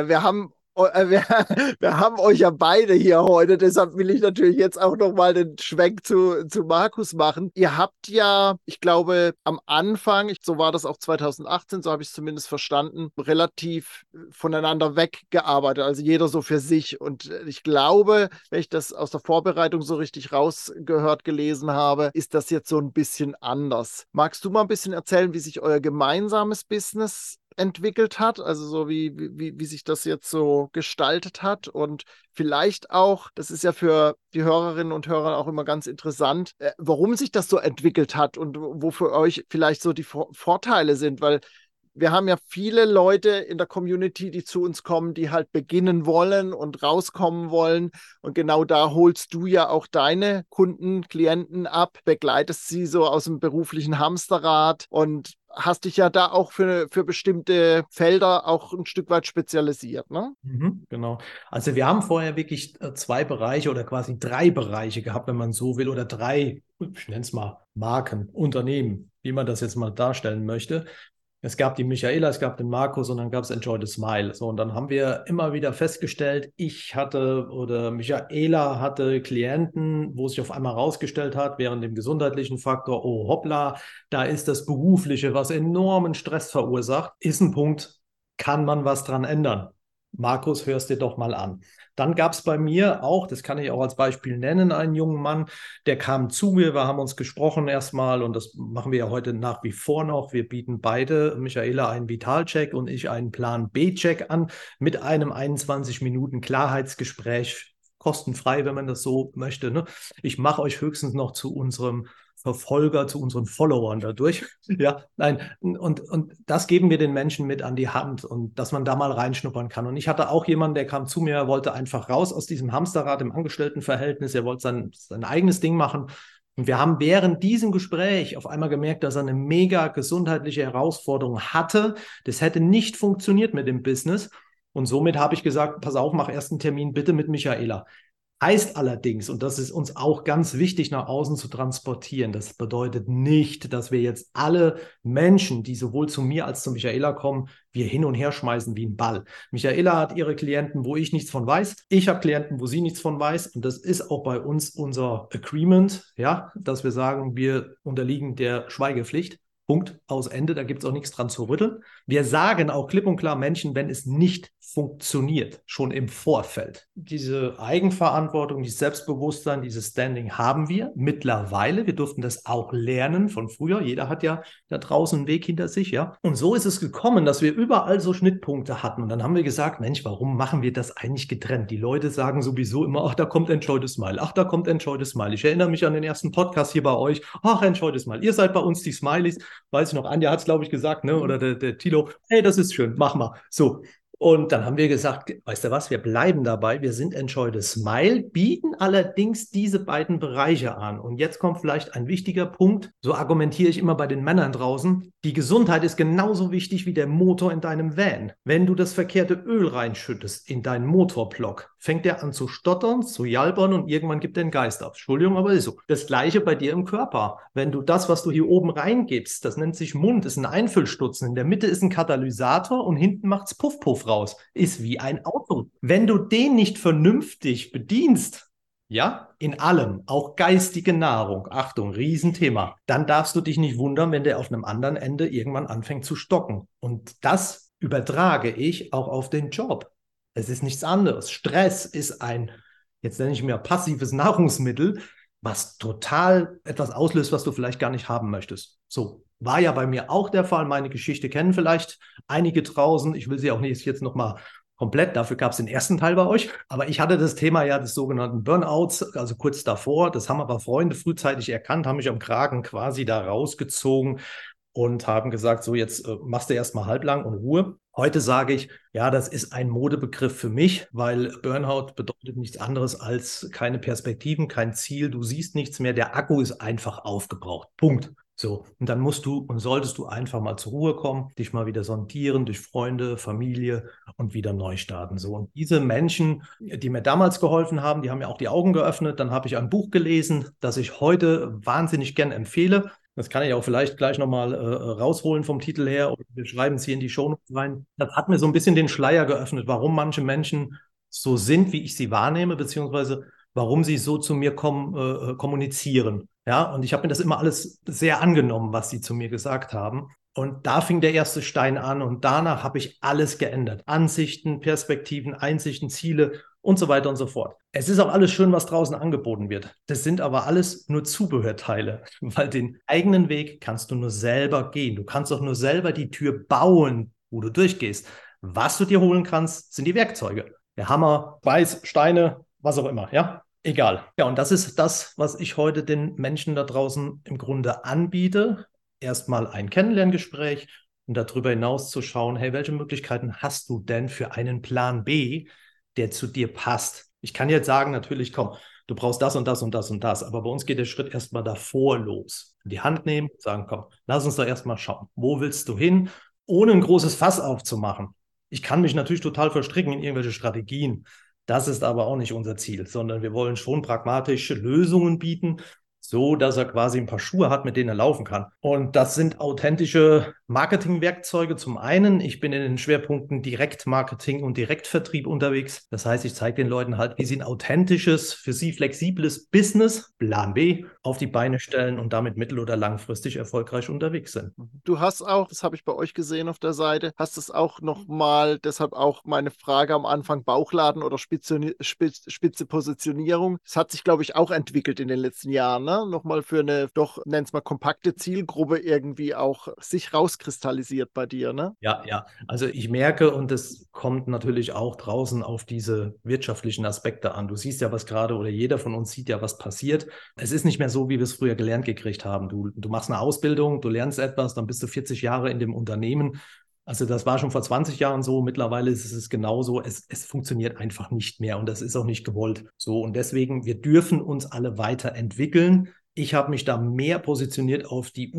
Wir haben euch ja beide hier heute, deshalb will ich natürlich jetzt auch nochmal den Schwenk zu Markus machen. Ihr habt ja, ich glaube, am Anfang, so war das auch 2018, so habe ich es zumindest verstanden, relativ voneinander weggearbeitet, also jeder so für sich. Und ich glaube, wenn ich das aus der Vorbereitung so richtig rausgehört, gelesen habe, ist das jetzt so ein bisschen anders. Magst du mal ein bisschen erzählen, wie sich euer gemeinsames Business entwickelt hat, also so wie sich das jetzt so gestaltet hat und vielleicht auch, das ist ja für die Hörerinnen und Hörer auch immer ganz interessant, warum sich das so entwickelt hat und wo für euch vielleicht so die Vorteile sind, weil wir haben ja viele Leute in der Community, die zu uns kommen, die halt beginnen wollen und rauskommen wollen. Und genau da holst du ja auch deine Kunden, Klienten ab, begleitest sie so aus dem beruflichen Hamsterrad und hast dich ja da auch für bestimmte Felder auch ein Stück weit spezialisiert, ne? Genau. Also wir haben vorher wirklich 2 Bereiche oder quasi 3 Bereiche gehabt, wenn man so will, oder 3, ich nenne es mal Marken, Unternehmen, wie man das jetzt mal darstellen möchte. Es gab die Michaela, es gab den Markus und dann gab es Enjoy the Smile. So, und dann haben wir immer wieder festgestellt, Michaela hatte Klienten, wo sich auf einmal rausgestellt hat, während dem gesundheitlichen Faktor, oh hoppla, da ist das Berufliche, was enormen Stress verursacht, ist ein Punkt, kann man was dran ändern. Markus, hörst dir doch mal an. Dann gab es bei mir auch, das kann ich auch als Beispiel nennen, einen jungen Mann, der kam zu mir, wir haben uns gesprochen erstmal und das machen wir ja heute nach wie vor noch. Wir bieten beide, Michaela einen Vitalcheck und ich einen Plan B-Check an mit einem 21 Minuten Klarheitsgespräch, kostenfrei, wenn man das so möchte. Ne? Ich mache euch höchstens noch zu unserem Verfolger, zu unseren Followern dadurch. Ja, nein, und das geben wir den Menschen mit an die Hand und dass man da mal reinschnuppern kann. Und ich hatte auch jemanden, der kam zu mir, er wollte einfach raus aus diesem Hamsterrad im Angestelltenverhältnis, er wollte sein eigenes Ding machen. Und wir haben während diesem Gespräch auf einmal gemerkt, dass er eine mega gesundheitliche Herausforderung hatte. Das hätte nicht funktioniert mit dem Business. Und somit habe ich gesagt, pass auf, mach erst einen Termin bitte mit Michaela. Heißt allerdings, und das ist uns auch ganz wichtig nach außen zu transportieren, das bedeutet nicht, dass wir jetzt alle Menschen, die sowohl zu mir als zu Michaela kommen, wir hin und her schmeißen wie ein Ball. Michaela hat ihre Klienten, wo ich nichts von weiß. Ich habe Klienten, wo sie nichts von weiß. Und das ist auch bei uns unser Agreement, ja, dass wir sagen, wir unterliegen der Schweigepflicht. Punkt, aus Ende, da gibt es auch nichts dran zu rütteln. Wir sagen auch klipp und klar Menschen, wenn es nicht funktioniert, schon im Vorfeld. Diese Eigenverantwortung, dieses Selbstbewusstsein, dieses Standing haben wir mittlerweile. Wir durften das auch lernen von früher. Jeder hat ja da draußen einen Weg hinter sich, ja. Und so ist es gekommen, dass wir überall so Schnittpunkte hatten. Und dann haben wir gesagt, Mensch, warum machen wir das eigentlich getrennt? Die Leute sagen sowieso immer, ach, da kommt Enjoy the Smile. Ach, da kommt Enjoy the Smile. Ich erinnere mich an den ersten Podcast hier bei euch. Ach, Enjoy the Smile. Ihr seid bei uns die Smileys. Weiß ich noch, Anja hat es, glaube ich, gesagt, ne? Oder der Tilo, hey, das ist schön, mach mal. So. Und dann haben wir gesagt, weißt du was, wir bleiben dabei, wir sind Enjoy the Smile, bieten allerdings diese beiden Bereiche an. Und jetzt kommt vielleicht ein wichtiger Punkt, so argumentiere ich immer bei den Männern draußen, die Gesundheit ist genauso wichtig wie der Motor in deinem Van. Wenn du das verkehrte Öl reinschüttest in deinen Motorblock, fängt er an zu stottern, zu jalbern und irgendwann gibt er den Geist auf. Entschuldigung, aber ist so. Das Gleiche bei dir im Körper. Wenn du das, was du hier oben reingibst, das nennt sich Mund, ist ein Einfüllstutzen, in der Mitte ist ein Katalysator und hinten macht's Puff, Puff raus. Ist wie ein Auto. Wenn du den nicht vernünftig bedienst, ja, in allem, auch geistige Nahrung, Achtung, Riesenthema, dann darfst du dich nicht wundern, wenn der auf einem anderen Ende irgendwann anfängt zu stocken. Und das übertrage ich auch auf den Job. Es ist nichts anderes. Stress ist ein, jetzt nenne ich mir passives Nahrungsmittel, was total etwas auslöst, was du vielleicht gar nicht haben möchtest. So, war ja bei mir auch der Fall. Meine Geschichte kennen vielleicht einige draußen. Ich will sie auch nicht jetzt nochmal komplett, dafür gab es den ersten Teil bei euch. Aber ich hatte das Thema ja des sogenannten Burnouts, also kurz davor. Das haben aber Freunde frühzeitig erkannt, haben mich am Kragen quasi da rausgezogen. und haben gesagt, so jetzt machst du erstmal halblang und Ruhe. Heute sage ich, ja, das ist ein Modebegriff für mich, weil Burnout bedeutet nichts anderes als keine Perspektiven, kein Ziel. Du siehst nichts mehr. Der Akku ist einfach aufgebraucht. Punkt. So. Und dann musst du und solltest du einfach mal zur Ruhe kommen, dich mal wieder sondieren durch Freunde, Familie und wieder neu starten. So. Und diese Menschen, die mir damals geholfen haben, die haben mir auch die Augen geöffnet. Dann habe ich ein Buch gelesen, das ich heute wahnsinnig gern empfehle. Das kann ich auch vielleicht gleich nochmal rausholen vom Titel her oder wir schreiben es hier in die Shownotes rein. Das hat mir so ein bisschen den Schleier geöffnet, warum manche Menschen so sind, wie ich sie wahrnehme, beziehungsweise warum sie so zu mir kommunizieren. Ja, und ich habe mir das immer alles sehr angenommen, was sie zu mir gesagt haben. Und da fing der erste Stein an und danach habe ich alles geändert. Ansichten, Perspektiven, Einsichten, Ziele und so weiter und so fort. Es ist auch alles schön, was draußen angeboten wird. Das sind aber alles nur Zubehörteile, weil den eigenen Weg kannst du nur selber gehen. Du kannst auch nur selber die Tür bauen, wo du durchgehst. Was du dir holen kannst, sind die Werkzeuge. Der Hammer, Weiß, Steine, was auch immer, ja? Egal. Ja, und das ist das, was ich heute den Menschen da draußen im Grunde anbiete. Erstmal ein Kennenlerngespräch und darüber hinaus zu schauen, hey, welche Möglichkeiten hast du denn für einen Plan B, der zu dir passt? Ich kann jetzt sagen, natürlich, komm, du brauchst das und das und das und das, aber bei uns geht der Schritt erstmal davor los. Die Hand nehmen und sagen, komm, lass uns doch erstmal schauen, wo willst du hin, ohne ein großes Fass aufzumachen. Ich kann mich natürlich total verstricken in irgendwelche Strategien. Das ist aber auch nicht unser Ziel, sondern wir wollen schon pragmatische Lösungen bieten, so dass er quasi ein paar Schuhe hat, mit denen er laufen kann. Und das sind authentische Marketingwerkzeuge. Zum einen, ich bin in den Schwerpunkten Direktmarketing und Direktvertrieb unterwegs. Das heißt, ich zeige den Leuten halt, wie sie ein authentisches, für sie flexibles Business, Plan B, auf die Beine stellen und damit mittel- oder langfristig erfolgreich unterwegs sind. Du hast auch, das habe ich bei euch gesehen auf der Seite, hast es auch nochmal, deshalb auch meine Frage am Anfang, Bauchladen oder spitze Positionierung. Das hat sich, glaube ich, auch entwickelt in den letzten Jahren, ne? Nochmal für eine, doch, nenn es mal, kompakte Zielgruppe irgendwie auch sich rauskristallisiert bei dir, ne? Ja, ja. Also ich merke, und das kommt natürlich auch draußen auf diese wirtschaftlichen Aspekte an. Du siehst ja, was gerade, oder jeder von uns sieht ja, was passiert. Es ist nicht mehr so, wie wir es früher gelernt gekriegt haben. Du machst eine Ausbildung, du lernst etwas, dann bist du 40 Jahre in dem Unternehmen. Also das war schon vor 20 Jahren so. Mittlerweile ist es genauso. Es funktioniert einfach nicht mehr und das ist auch nicht gewollt. So, und deswegen, wir dürfen uns alle weiterentwickeln. Ich habe mich da mehr positioniert auf die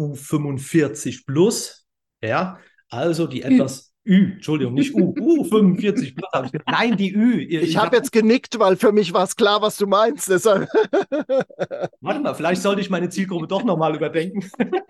U45 plus. Ja, also die etwas Entschuldigung, nicht U45 plus. Habe ich gesagt. Nein, die Ü. Ich habe jetzt genickt, weil für mich war es klar, was du meinst. Deshalb. Warte mal, vielleicht sollte ich meine Zielgruppe doch nochmal überdenken.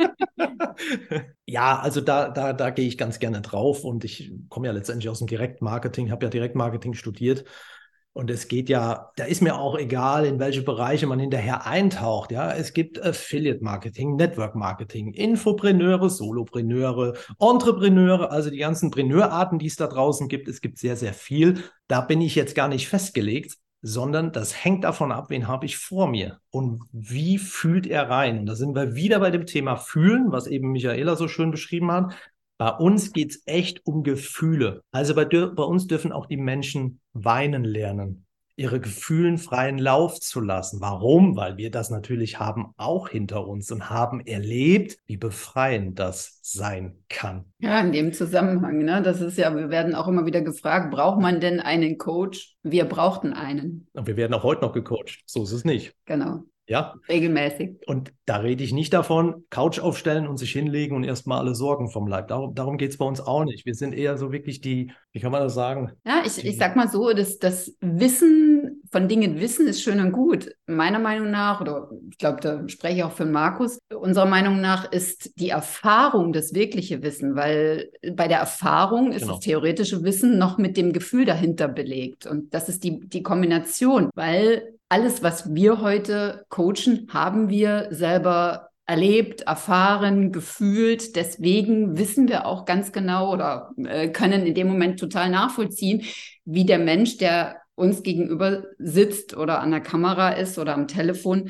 Ja, also da gehe ich ganz gerne drauf und ich komme ja letztendlich aus dem Direktmarketing, habe ja Direktmarketing studiert. Und es geht ja, da ist mir auch egal, in welche Bereiche man hinterher eintaucht. Ja, es gibt Affiliate-Marketing, Network-Marketing, Infopreneure, Solopreneure, Entrepreneure, also die ganzen Preneurarten, die es da draußen gibt. Es gibt sehr, sehr viel. Da bin ich jetzt gar nicht festgelegt, sondern das hängt davon ab, wen habe ich vor mir und wie fühlt er rein. Und da sind wir wieder bei dem Thema Fühlen, was eben Michaela so schön beschrieben hat. Bei uns geht es echt um Gefühle. Also bei uns dürfen auch die Menschen weinen lernen, ihre Gefühlen freien Lauf zu lassen. Warum? Weil wir das natürlich haben auch hinter uns und haben erlebt, wie befreiend das sein kann. Ja, in dem Zusammenhang, ne? Das ist ja, wir werden auch immer wieder gefragt, braucht man denn einen Coach? Wir brauchten einen. Und wir werden auch heute noch gecoacht. So ist es nicht. Genau. Ja. Regelmäßig. Und da rede ich nicht davon, Couch aufstellen und sich hinlegen und erstmal alle Sorgen vom Leib. Darum geht es bei uns auch nicht. Wir sind eher so wirklich die, wie kann man das sagen? Ja, ich sag mal so, das Wissen von Dingen wissen ist schön und gut. Meiner Meinung nach, oder ich glaube, da spreche ich auch für Markus, unserer Meinung nach ist die Erfahrung das wirkliche Wissen, weil bei der Erfahrung ist das theoretische Wissen noch mit dem Gefühl dahinter belegt. Und das ist die Kombination, weil alles, was wir heute coachen, haben wir selber erlebt, erfahren, gefühlt. Deswegen wissen wir auch ganz genau oder können in dem Moment total nachvollziehen, wie der Mensch, der uns gegenüber sitzt oder an der Kamera ist oder am Telefon,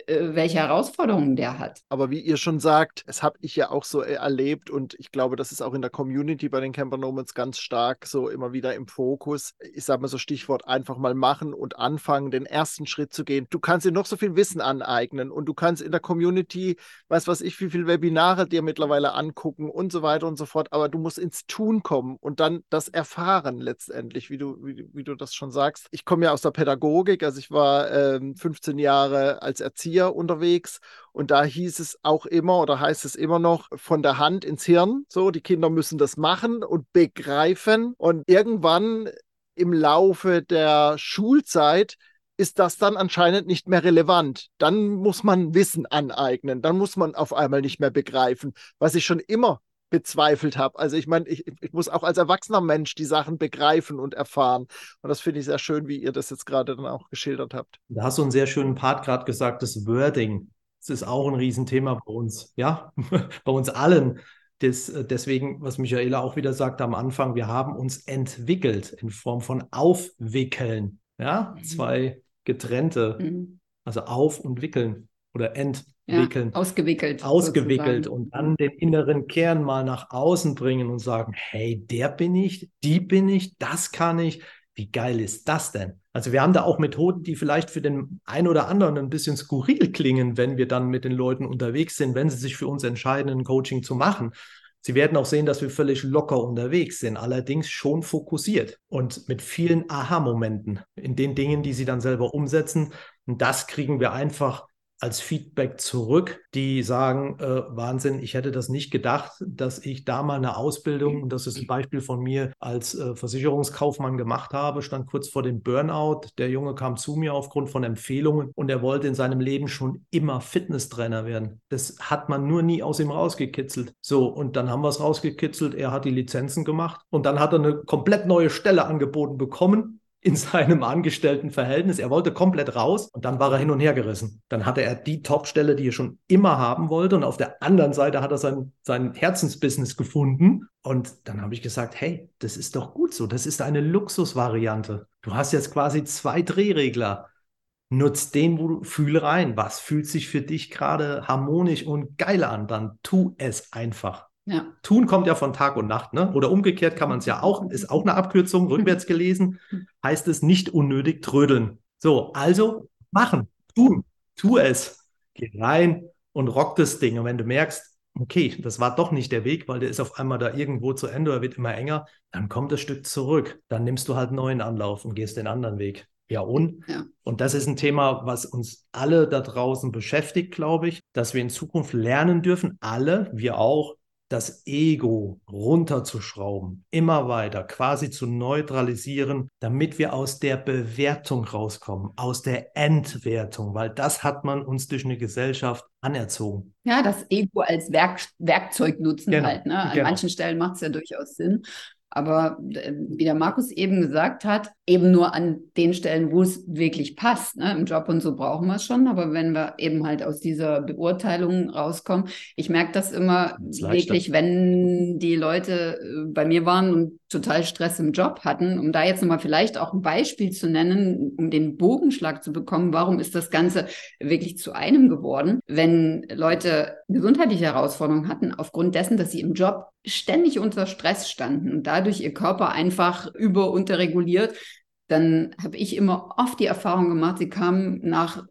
welche Herausforderungen der hat. Aber wie ihr schon sagt, das habe ich ja auch so erlebt und ich glaube, das ist auch in der Community bei den Camper Nomads ganz stark so immer wieder im Fokus. Ich sage mal so Stichwort einfach mal machen und anfangen, den ersten Schritt zu gehen. Du kannst dir noch so viel Wissen aneignen und du kannst in der Community, weiß ich, wie viele Webinare dir mittlerweile angucken und so weiter und so fort, aber du musst ins Tun kommen und dann das erfahren letztendlich, wie du das schon sagst. Ich komme ja aus der Pädagogik, also ich war 15 Jahre als Erzieher unterwegs und da hieß es auch immer oder heißt es immer noch von der Hand ins Hirn. So, die Kinder müssen das machen und begreifen und irgendwann im Laufe der Schulzeit ist das dann anscheinend nicht mehr relevant. Dann muss man Wissen aneignen, dann muss man auf einmal nicht mehr begreifen, was ich schon immer bezweifelt habe. Also ich meine, ich muss auch als erwachsener Mensch die Sachen begreifen und erfahren. Und das finde ich sehr schön, wie ihr das jetzt gerade dann auch geschildert habt. Da hast du einen sehr schönen Part gerade gesagt, das Wording. Das ist auch ein Riesenthema bei uns, ja, bei uns allen. Deswegen, was Michaela auch wieder sagte am Anfang, wir haben uns entwickelt in Form von aufwickeln. Ja, zwei getrennte, also auf und wickeln oder entwickeln. Ja, ausgewickelt. Ausgewickelt und dann den inneren Kern mal nach außen bringen und sagen, hey, der bin ich, die bin ich, das kann ich. Wie geil ist das denn? Also wir haben da auch Methoden, die vielleicht für den einen oder anderen ein bisschen skurril klingen, wenn wir dann mit den Leuten unterwegs sind, wenn sie sich für uns entscheiden, ein Coaching zu machen. Sie werden auch sehen, dass wir völlig locker unterwegs sind, allerdings schon fokussiert und mit vielen Aha-Momenten in den Dingen, die sie dann selber umsetzen. Und das kriegen wir einfach als Feedback zurück, die sagen, Wahnsinn, ich hätte das nicht gedacht, dass ich da mal eine Ausbildung, und das ist ein Beispiel von mir, als Versicherungskaufmann gemacht habe, stand kurz vor dem Burnout. Der Junge kam zu mir aufgrund von Empfehlungen und er wollte in seinem Leben schon immer Fitnesstrainer werden. Das hat man nur nie aus ihm rausgekitzelt. So, und dann haben wir es rausgekitzelt, er hat die Lizenzen gemacht und dann hat er eine komplett neue Stelle angeboten bekommen in seinem Angestelltenverhältnis. Er wollte komplett raus und dann war er hin und her gerissen. Dann hatte er die Top-Stelle, die er schon immer haben wollte und auf der anderen Seite hat er sein Herzensbusiness gefunden und dann habe ich gesagt, hey, das ist doch gut so, das ist eine Luxusvariante. Du hast jetzt quasi 2 Drehregler. Nutz den, wo du fühl rein. Was fühlt sich für dich gerade harmonisch und geil an? Dann tu es einfach. Ja. Tun kommt ja von Tag und Nacht, ne? Oder umgekehrt kann man es ja auch, ist auch eine Abkürzung, rückwärts gelesen, heißt es nicht unnötig trödeln. So, also machen, tun, tu es. Geh rein und rock das Ding. Und wenn du merkst, okay, das war doch nicht der Weg, weil der ist auf einmal da irgendwo zu Ende oder wird immer enger, dann kommt das Stück zurück. Dann nimmst du halt einen neuen Anlauf und gehst den anderen Weg. Ja, und das ist ein Thema, was uns alle da draußen beschäftigt, glaube ich, dass wir in Zukunft lernen dürfen, alle, wir auch, das Ego runterzuschrauben, immer weiter, quasi zu neutralisieren, damit wir aus der Bewertung rauskommen, aus der Entwertung, weil das hat man uns durch eine Gesellschaft anerzogen. Ja, das Ego als Werkzeug nutzen halt. Ne? An manchen Stellen macht es ja durchaus Sinn. Aber wie der Markus eben gesagt hat, eben nur an den Stellen, wo es wirklich passt. Ne? Im Job und so brauchen wir es schon, aber wenn wir eben halt aus dieser Beurteilung rauskommen, ich merke das immer wirklich, wenn die Leute bei mir waren und total Stress im Job hatten, um da jetzt nochmal vielleicht auch ein Beispiel zu nennen, um den Bogenschlag zu bekommen, warum ist das Ganze wirklich zu einem geworden, wenn Leute gesundheitliche Herausforderungen hatten, aufgrund dessen, dass sie im Job ständig unter Stress standen und dadurch ihr Körper einfach unterreguliert, dann habe ich immer oft die Erfahrung gemacht, sie kamen nach,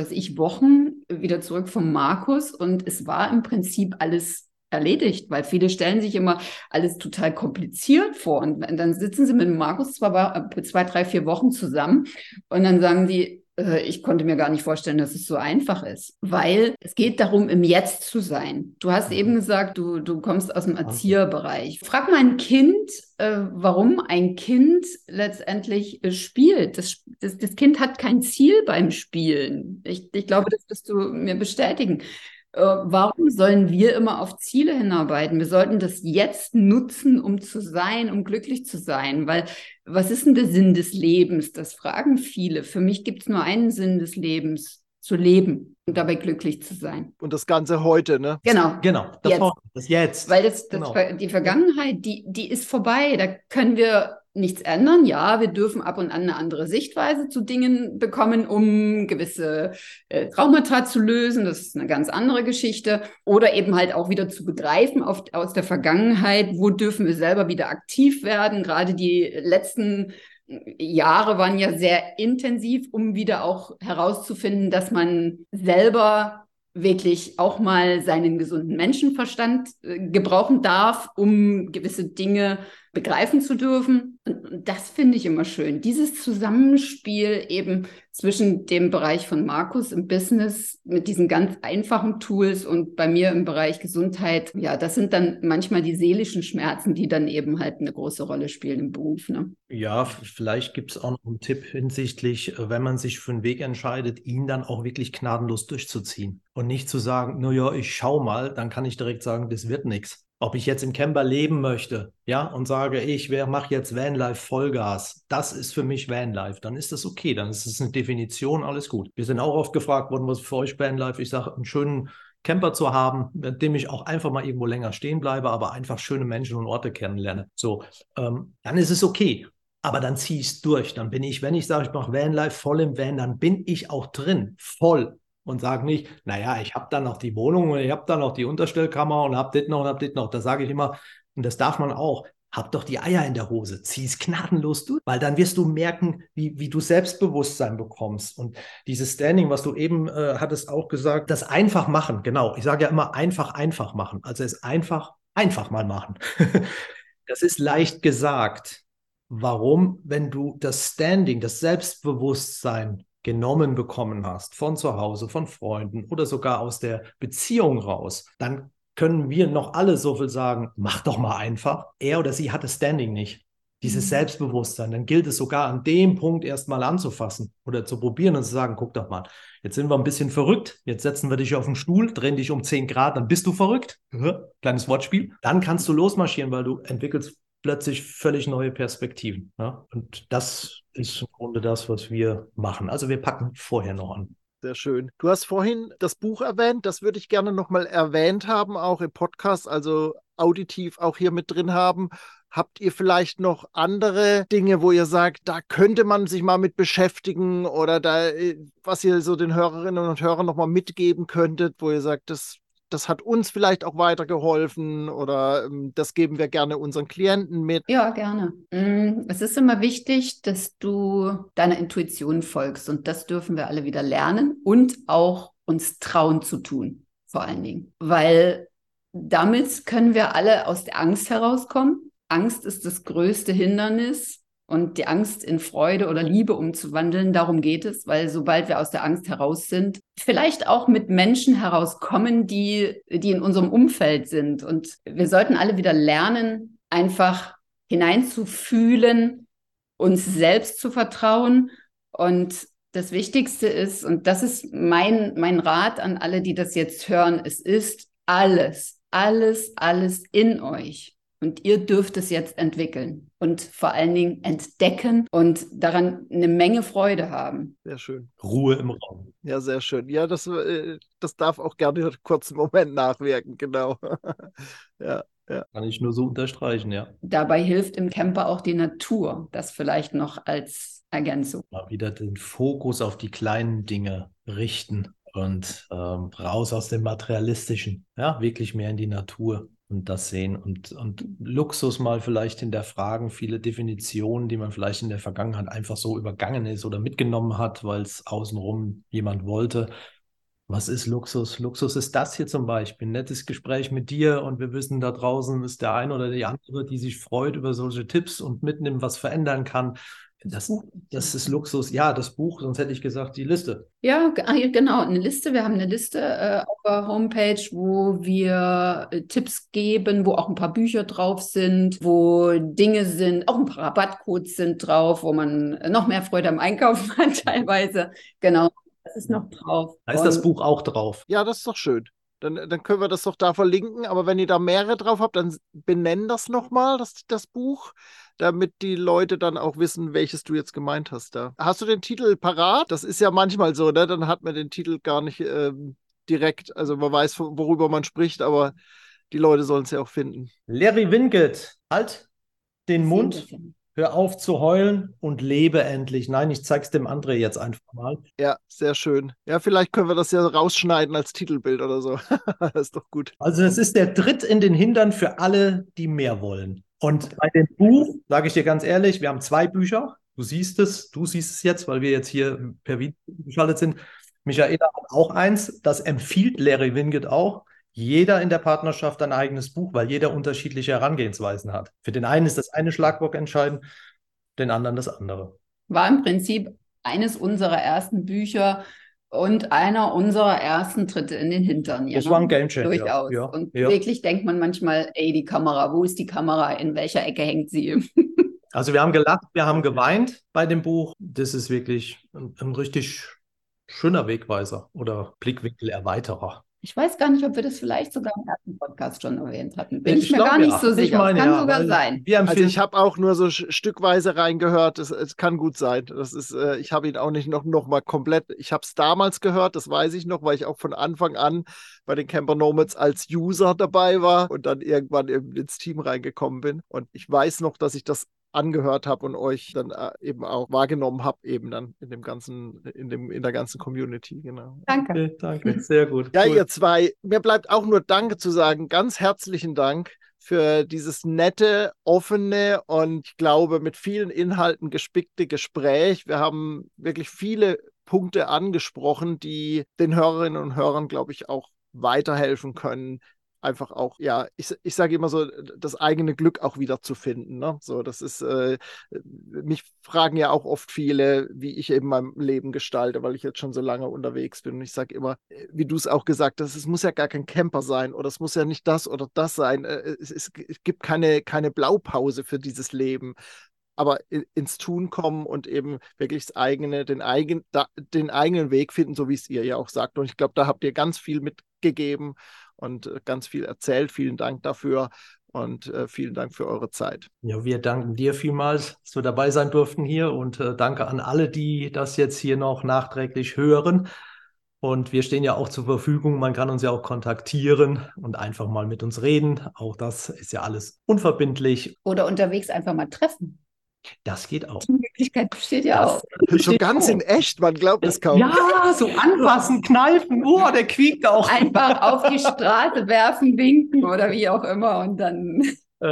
Wochen wieder zurück vom Markus und es war im Prinzip alles erledigt, weil viele stellen sich immer alles total kompliziert vor und dann sitzen sie mit dem Markus 2, 3, 4 Wochen zusammen und dann sagen sie, ich konnte mir gar nicht vorstellen, dass es so einfach ist, weil es geht darum, im Jetzt zu sein. Du hast eben gesagt, du kommst aus dem Erzieherbereich. Frag mal ein Kind, warum ein Kind letztendlich spielt. Das Kind hat kein Ziel beim Spielen. Ich glaube, das wirst du mir bestätigen. Warum sollen wir immer auf Ziele hinarbeiten? Wir sollten das jetzt nutzen, um zu sein, um glücklich zu sein. Weil was ist denn der Sinn des Lebens? Das fragen viele. Für mich gibt es nur einen Sinn des Lebens, zu leben und dabei glücklich zu sein. Und das Ganze heute, ne? Genau. Das jetzt. Weil die Vergangenheit, die ist vorbei. Da können wir nichts ändern. Ja, wir dürfen ab und an eine andere Sichtweise zu Dingen bekommen, um gewisse Traumata zu lösen. Das ist eine ganz andere Geschichte. Oder eben halt auch wieder zu begreifen aus der Vergangenheit, wo dürfen wir selber wieder aktiv werden. Gerade die letzten Jahre waren ja sehr intensiv, um wieder auch herauszufinden, dass man selber wirklich auch mal seinen gesunden Menschenverstand gebrauchen darf, um gewisse Dinge begreifen zu dürfen. Und das finde ich immer schön. Dieses Zusammenspiel eben zwischen dem Bereich von Markus im Business mit diesen ganz einfachen Tools und bei mir im Bereich Gesundheit, ja, das sind dann manchmal die seelischen Schmerzen, die dann eben halt eine große Rolle spielen im Beruf, ne? Ja, vielleicht gibt es auch noch einen Tipp hinsichtlich, wenn man sich für einen Weg entscheidet, ihn dann auch wirklich gnadenlos durchzuziehen und nicht zu sagen, naja, ich schau mal, dann kann ich direkt sagen, das wird nichts. Ob ich jetzt im Camper leben möchte, ja, und sage, ich mache jetzt Vanlife Vollgas, das ist für mich Vanlife, dann ist das okay, dann ist es eine Definition, alles gut. Wir sind auch oft gefragt worden, was für euch Vanlife, ich sage, einen schönen Camper zu haben, mit dem ich auch einfach mal irgendwo länger stehen bleibe, aber einfach schöne Menschen und Orte kennenlerne. So, dann ist es okay. Aber dann ziehe ich es durch. Dann bin ich, wenn ich sage, ich mache Vanlife voll im Van, dann bin ich auch drin, voll. Und sage nicht, naja, ich habe dann noch die Wohnung und ich habe dann noch die Unterstellkammer und habe das noch und habe das noch. Da sage ich immer, und das darf man auch, hab doch die Eier in der Hose, zieh es gnadenlos durch, weil dann wirst du merken, wie du Selbstbewusstsein bekommst. Und dieses Standing, was du eben hattest auch gesagt, das einfach machen, genau. Ich sage ja immer einfach machen. Also es einfach mal machen. Das ist leicht gesagt. Warum, wenn du das Standing, das Selbstbewusstsein genommen bekommen hast, von zu Hause, von Freunden oder sogar aus der Beziehung raus, dann können wir noch alle so viel sagen, mach doch mal einfach. Er oder sie hat das Standing nicht, dieses Selbstbewusstsein. Dann gilt es sogar an dem Punkt erst mal anzufassen oder zu probieren und zu sagen, guck doch mal, jetzt sind wir ein bisschen verrückt, jetzt setzen wir dich auf den Stuhl, drehen dich um 10 Grad, dann bist du verrückt. Kleines Wortspiel. Dann kannst du losmarschieren, weil du entwickelst plötzlich völlig neue Perspektiven. Ja? Und das ist im Grunde das, was wir machen. Also wir packen vorher noch an. Sehr schön. Du hast vorhin das Buch erwähnt, das würde ich gerne nochmal erwähnt haben, auch im Podcast, also auditiv auch hier mit drin haben. Habt ihr vielleicht noch andere Dinge, wo ihr sagt, da könnte man sich mal mit beschäftigen oder da, was ihr so den Hörerinnen und Hörern nochmal mitgeben könntet, wo ihr sagt, das hat uns vielleicht auch weitergeholfen oder das geben wir gerne unseren Klienten mit? Ja, gerne. Es ist immer wichtig, dass du deiner Intuition folgst und das dürfen wir alle wieder lernen und auch uns trauen zu tun, vor allen Dingen. Weil damit können wir alle aus der Angst herauskommen. Angst ist das größte Hindernis. Und die Angst in Freude oder Liebe umzuwandeln, darum geht es, weil sobald wir aus der Angst heraus sind, vielleicht auch mit Menschen herauskommen, die in unserem Umfeld sind. Und wir sollten alle wieder lernen, einfach hineinzufühlen, uns selbst zu vertrauen. Und das Wichtigste ist, und das ist mein Rat an alle, die das jetzt hören, es ist alles in euch. Und ihr dürft es jetzt entwickeln und vor allen Dingen entdecken und daran eine Menge Freude haben. Sehr schön. Ruhe im Raum. Ja, sehr schön. Ja, das darf auch gerne einen kurzen Moment nachwirken, genau. Ja. Kann ich nur so unterstreichen, ja. Dabei hilft im Camper auch die Natur, das vielleicht noch als Ergänzung. Mal wieder den Fokus auf die kleinen Dinge richten und raus aus dem Materialistischen, ja, wirklich mehr in die Natur. Und das sehen und Luxus mal vielleicht hinterfragen, viele Definitionen, die man vielleicht in der Vergangenheit einfach so übergangen ist oder mitgenommen hat, weil es außenrum jemand wollte. Was ist Luxus? Luxus ist das hier zum Beispiel, ein nettes Gespräch mit dir und wir wissen, da draußen ist der eine oder die andere, die sich freut über solche Tipps und mitnimmt, was verändern kann. Das ist Luxus. Ja, das Buch, sonst hätte ich gesagt, die Liste. Ja, genau, eine Liste. Wir haben eine Liste auf der Homepage, wo wir Tipps geben, wo auch ein paar Bücher drauf sind, wo Dinge sind, auch ein paar Rabattcodes sind drauf, wo man noch mehr Freude am Einkaufen hat teilweise. Genau, das ist noch drauf. Da ist das Buch auch drauf. Ja, das ist doch schön. Dann können wir das doch da verlinken. Aber wenn ihr da mehrere drauf habt, dann benenn das nochmal, das Buch, damit die Leute dann auch wissen, welches du jetzt gemeint hast da. Hast du den Titel parat? Das ist ja manchmal so, ne? Dann hat man den Titel gar nicht direkt. Also man weiß, worüber man spricht, aber die Leute sollen es ja auch finden. Larry Winget, halt den Mund hör auf zu heulen und lebe endlich. Nein, ich zeig's dem André jetzt einfach mal. Ja, sehr schön. Ja, vielleicht können wir das ja rausschneiden als Titelbild oder so. Das ist doch gut. Also es ist der Tritt in den Hintern für alle, die mehr wollen. Und bei dem Buch, sage ich dir ganz ehrlich, wir haben 2 Bücher. Du siehst es jetzt, weil wir jetzt hier per Video geschaltet sind. Michaela hat auch eins, das empfiehlt Larry Winget auch. Jeder in der Partnerschaft ein eigenes Buch, weil jeder unterschiedliche Herangehensweisen hat. Für den einen ist das eine Schlagwort entscheidend, den anderen das andere. War im Prinzip eines unserer ersten Bücher und einer unserer ersten Tritte in den Hintern. Das war ein Gamechanger. Durchaus. Ja, und ja. Wirklich denkt man manchmal, ey, die Kamera, wo ist die Kamera? In welcher Ecke hängt sie? Also wir haben gelacht, wir haben geweint bei dem Buch. Das ist wirklich ein richtig schöner Wegweiser oder Blickwinkelerweiterer. Ich weiß gar nicht, ob wir das vielleicht sogar im ersten Podcast schon erwähnt hatten. Bin ich mir glaub, gar nicht ja. so sicher. Ich meine, das kann ja, sogar weil sein. wir Also empfehlen, ich habe auch nur so stückweise reingehört. Es kann gut sein. Das ist, ich habe ihn auch nicht noch mal komplett. Ich habe es damals gehört, das weiß ich noch, weil ich auch von Anfang an bei den Camper Nomads als User dabei war und dann irgendwann ins Team reingekommen bin. Und ich weiß noch, dass ich das angehört habe und euch dann eben auch wahrgenommen habe, eben dann in der ganzen Community, genau. Danke. Danke, sehr gut. Ja, Cool. ihr zwei, mir bleibt auch nur Danke zu sagen. Ganz herzlichen Dank für dieses nette, offene und ich glaube mit vielen Inhalten gespickte Gespräch. Wir haben wirklich viele Punkte angesprochen, die den Hörerinnen und Hörern, glaube ich, auch weiterhelfen können, einfach auch, ja, ich sage immer so, das eigene Glück auch wieder zu finden. Ne? So, das ist, mich fragen ja auch oft viele, wie ich eben mein Leben gestalte, weil ich jetzt schon so lange unterwegs bin. Und ich sage immer, wie du es auch gesagt hast, es muss ja gar kein Camper sein oder es muss ja nicht das oder das sein. Es gibt keine Blaupause für dieses Leben. Aber ins Tun kommen und eben wirklich den eigenen Weg finden, so wie es ihr ja auch sagt. Und ich glaube, da habt ihr ganz viel mitgegeben und ganz viel erzählt. Vielen Dank dafür und vielen Dank für eure Zeit. Ja, wir danken dir vielmals, dass wir dabei sein durften hier und danke an alle, die das jetzt hier noch nachträglich hören. Und wir stehen ja auch zur Verfügung. Man kann uns ja auch kontaktieren und einfach mal mit uns reden. Auch das ist ja alles unverbindlich. Oder unterwegs einfach mal treffen. Das geht auch. Die Möglichkeit besteht ja auch. So ganz in echt, man glaubt es kaum. Ja, so anfassen, kneifen. Oh, der quiekt auch. Einfach auf die Straße werfen, winken oder wie auch immer und dann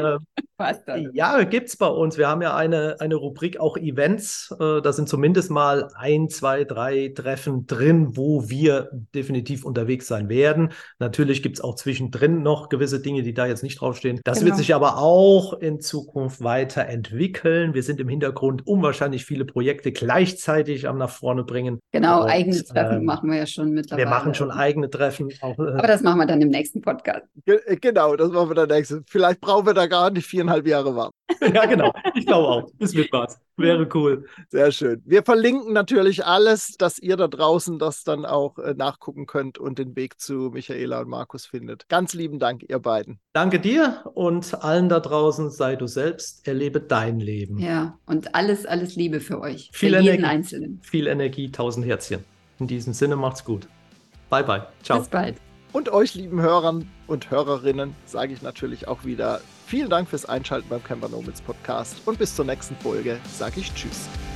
passt das. Ja, gibt es bei uns. Wir haben ja eine Rubrik auch Events. Da sind zumindest mal 1, 2, 3 Treffen drin, wo wir definitiv unterwegs sein werden. Natürlich gibt es auch zwischendrin noch gewisse Dinge, die da jetzt nicht draufstehen. Das wird sich aber auch in Zukunft weiterentwickeln. Wir sind im Hintergrund unwahrscheinlich viele Projekte gleichzeitig am nach vorne bringen. Genau, Und, eigene Treffen machen wir ja schon mittlerweile. Wir machen schon eigene Treffen. Auch, aber das machen wir dann im nächsten Podcast. Genau, das machen wir dann nächstes. Vielleicht brauchen wir da gar nicht 4,5 Jahre warten. Ja, genau. Ich glaube auch. Das wird was. Wäre cool. Sehr schön. Wir verlinken natürlich alles, dass ihr da draußen das dann auch nachgucken könnt und den Weg zu Michaela und Markus findet. Ganz lieben Dank, ihr beiden. Danke dir und allen da draußen. Sei du selbst, erlebe dein Leben. Ja, und alles Liebe für euch. Viel für jeden Energie, Einzelnen. Viel Energie, 1000 Herzchen. In diesem Sinne, macht's gut. Bye, bye. Ciao. Bis bald. Und euch lieben Hörern und Hörerinnen sage ich natürlich auch wieder vielen Dank fürs Einschalten beim Camper Nomads Podcast und bis zur nächsten Folge sage ich Tschüss.